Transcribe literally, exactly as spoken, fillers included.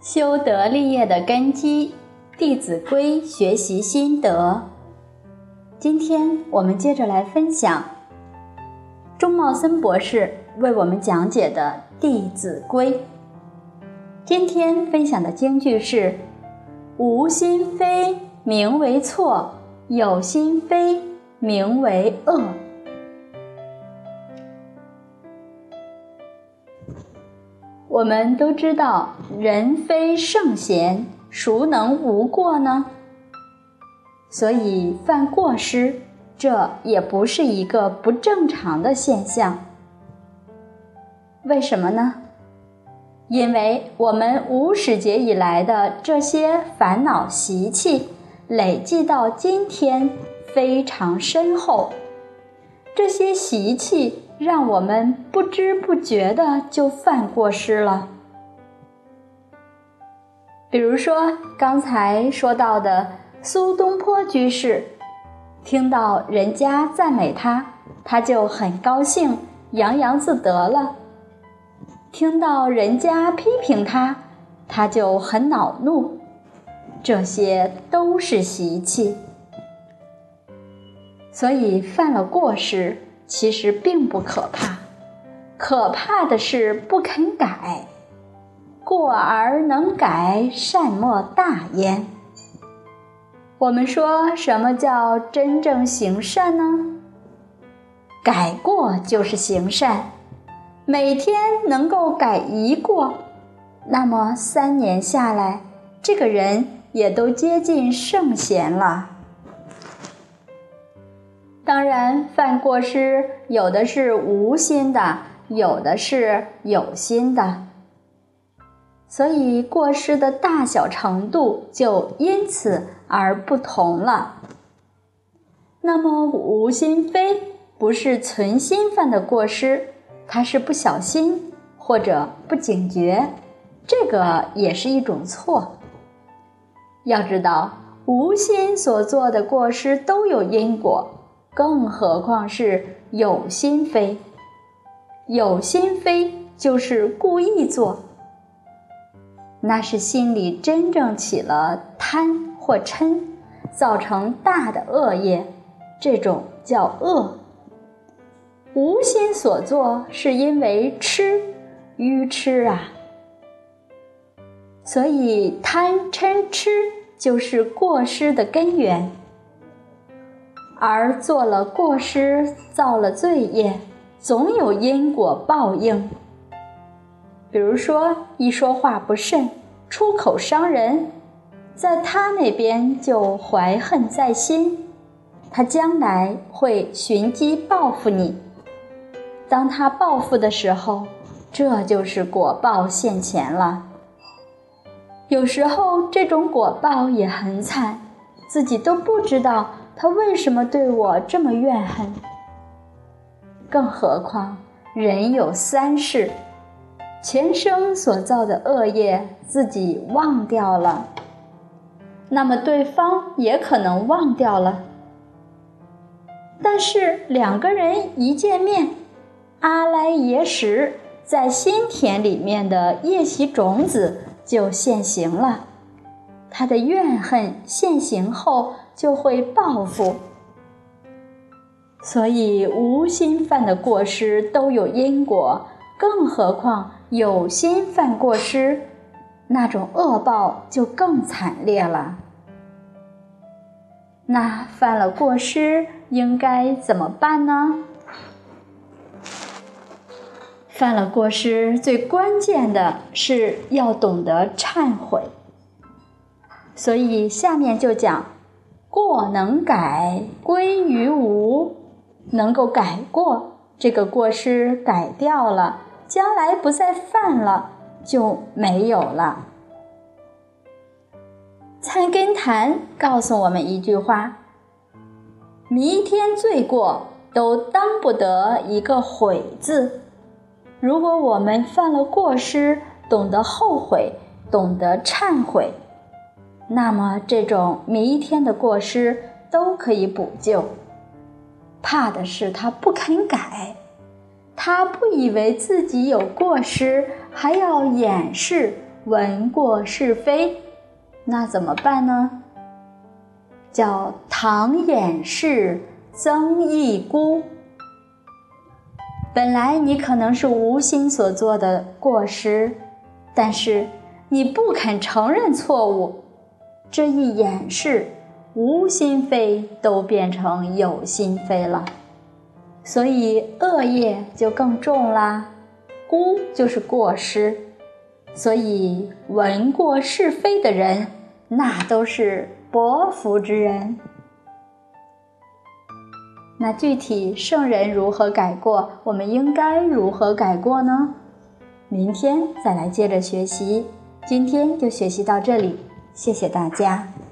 修德立业的根基，《弟子规》学习心得。今天我们接着来分享钟茂森博士为我们讲解的《弟子规》。今天分享的金句是：无心非，名为错；有心非，名为恶。我们都知道，人非圣贤，孰能无过呢？所以犯过失，这也不是一个不正常的现象。为什么呢？因为我们无始劫以来的这些烦恼习气，累积到今天非常深厚。这些习气让我们不知不觉的就犯过失了。比如说刚才说到的苏东坡居士，听到人家赞美他，他就很高兴，洋洋自得了；听到人家批评他，他就很恼怒。这些都是习气。所以犯了过失其实并不可怕，可怕的是不肯改。过而能改，善莫大焉。我们说什么叫真正行善呢？改过就是行善。每天能够改一过，那么三年下来，这个人也都接近圣贤了。当然，犯过失有的是无心的，有的是有心的，所以过失的大小程度就因此而不同了。那么无心非不是存心犯的过失，它是不小心或者不警觉，这个也是一种错。要知道，无心所做的过失都有因果，更何况是有心非。有心非就是故意做，那是心里真正起了贪或嗔，造成大的恶业，这种叫恶。无心所做是因为痴，愚痴啊。所以贪嗔痴就是过失的根源。而做了过失，造了罪业，总有因果报应。比如说一说话不慎，出口伤人，在他那边就怀恨在心，他将来会寻机报复你。当他报复的时候，这就是果报现前了。有时候这种果报也很惨，自己都不知道他为什么对我这么怨恨。更何况人有三世，前生所造的恶业自己忘掉了，那么对方也可能忘掉了。但是两个人一见面，阿赖耶识在心田里面的业习种子就现行了，他的怨恨现行后就会报复。所以无心犯的过失都有因果，更何况有心犯过失，那种恶报就更惨烈了。那犯了过失应该怎么办呢？犯了过失最关键的是要懂得忏悔。所以下面就讲，过能改，归于无。能够改过，这个过失改掉了，将来不再犯了，就没有了。菜根谭告诉我们一句话：弥天罪过都当不得一个悔字。如果我们犯了过失，懂得后悔，懂得忏悔，那么这种弥天的过失都可以补救。怕的是他不肯改，他不以为自己有过失，还要掩饰闻过是非，那怎么办呢？叫唐掩饰，曾益孤。本来你可能是无心所做的过失，但是你不肯承认错误，这一掩饰，无心非都变成有心非了，所以恶业就更重啦。孤就是过失，所以闻过是非的人，那都是薄福之人。那具体圣人如何改过，我们应该如何改过呢？明天再来接着学习，今天就学习到这里，谢谢大家。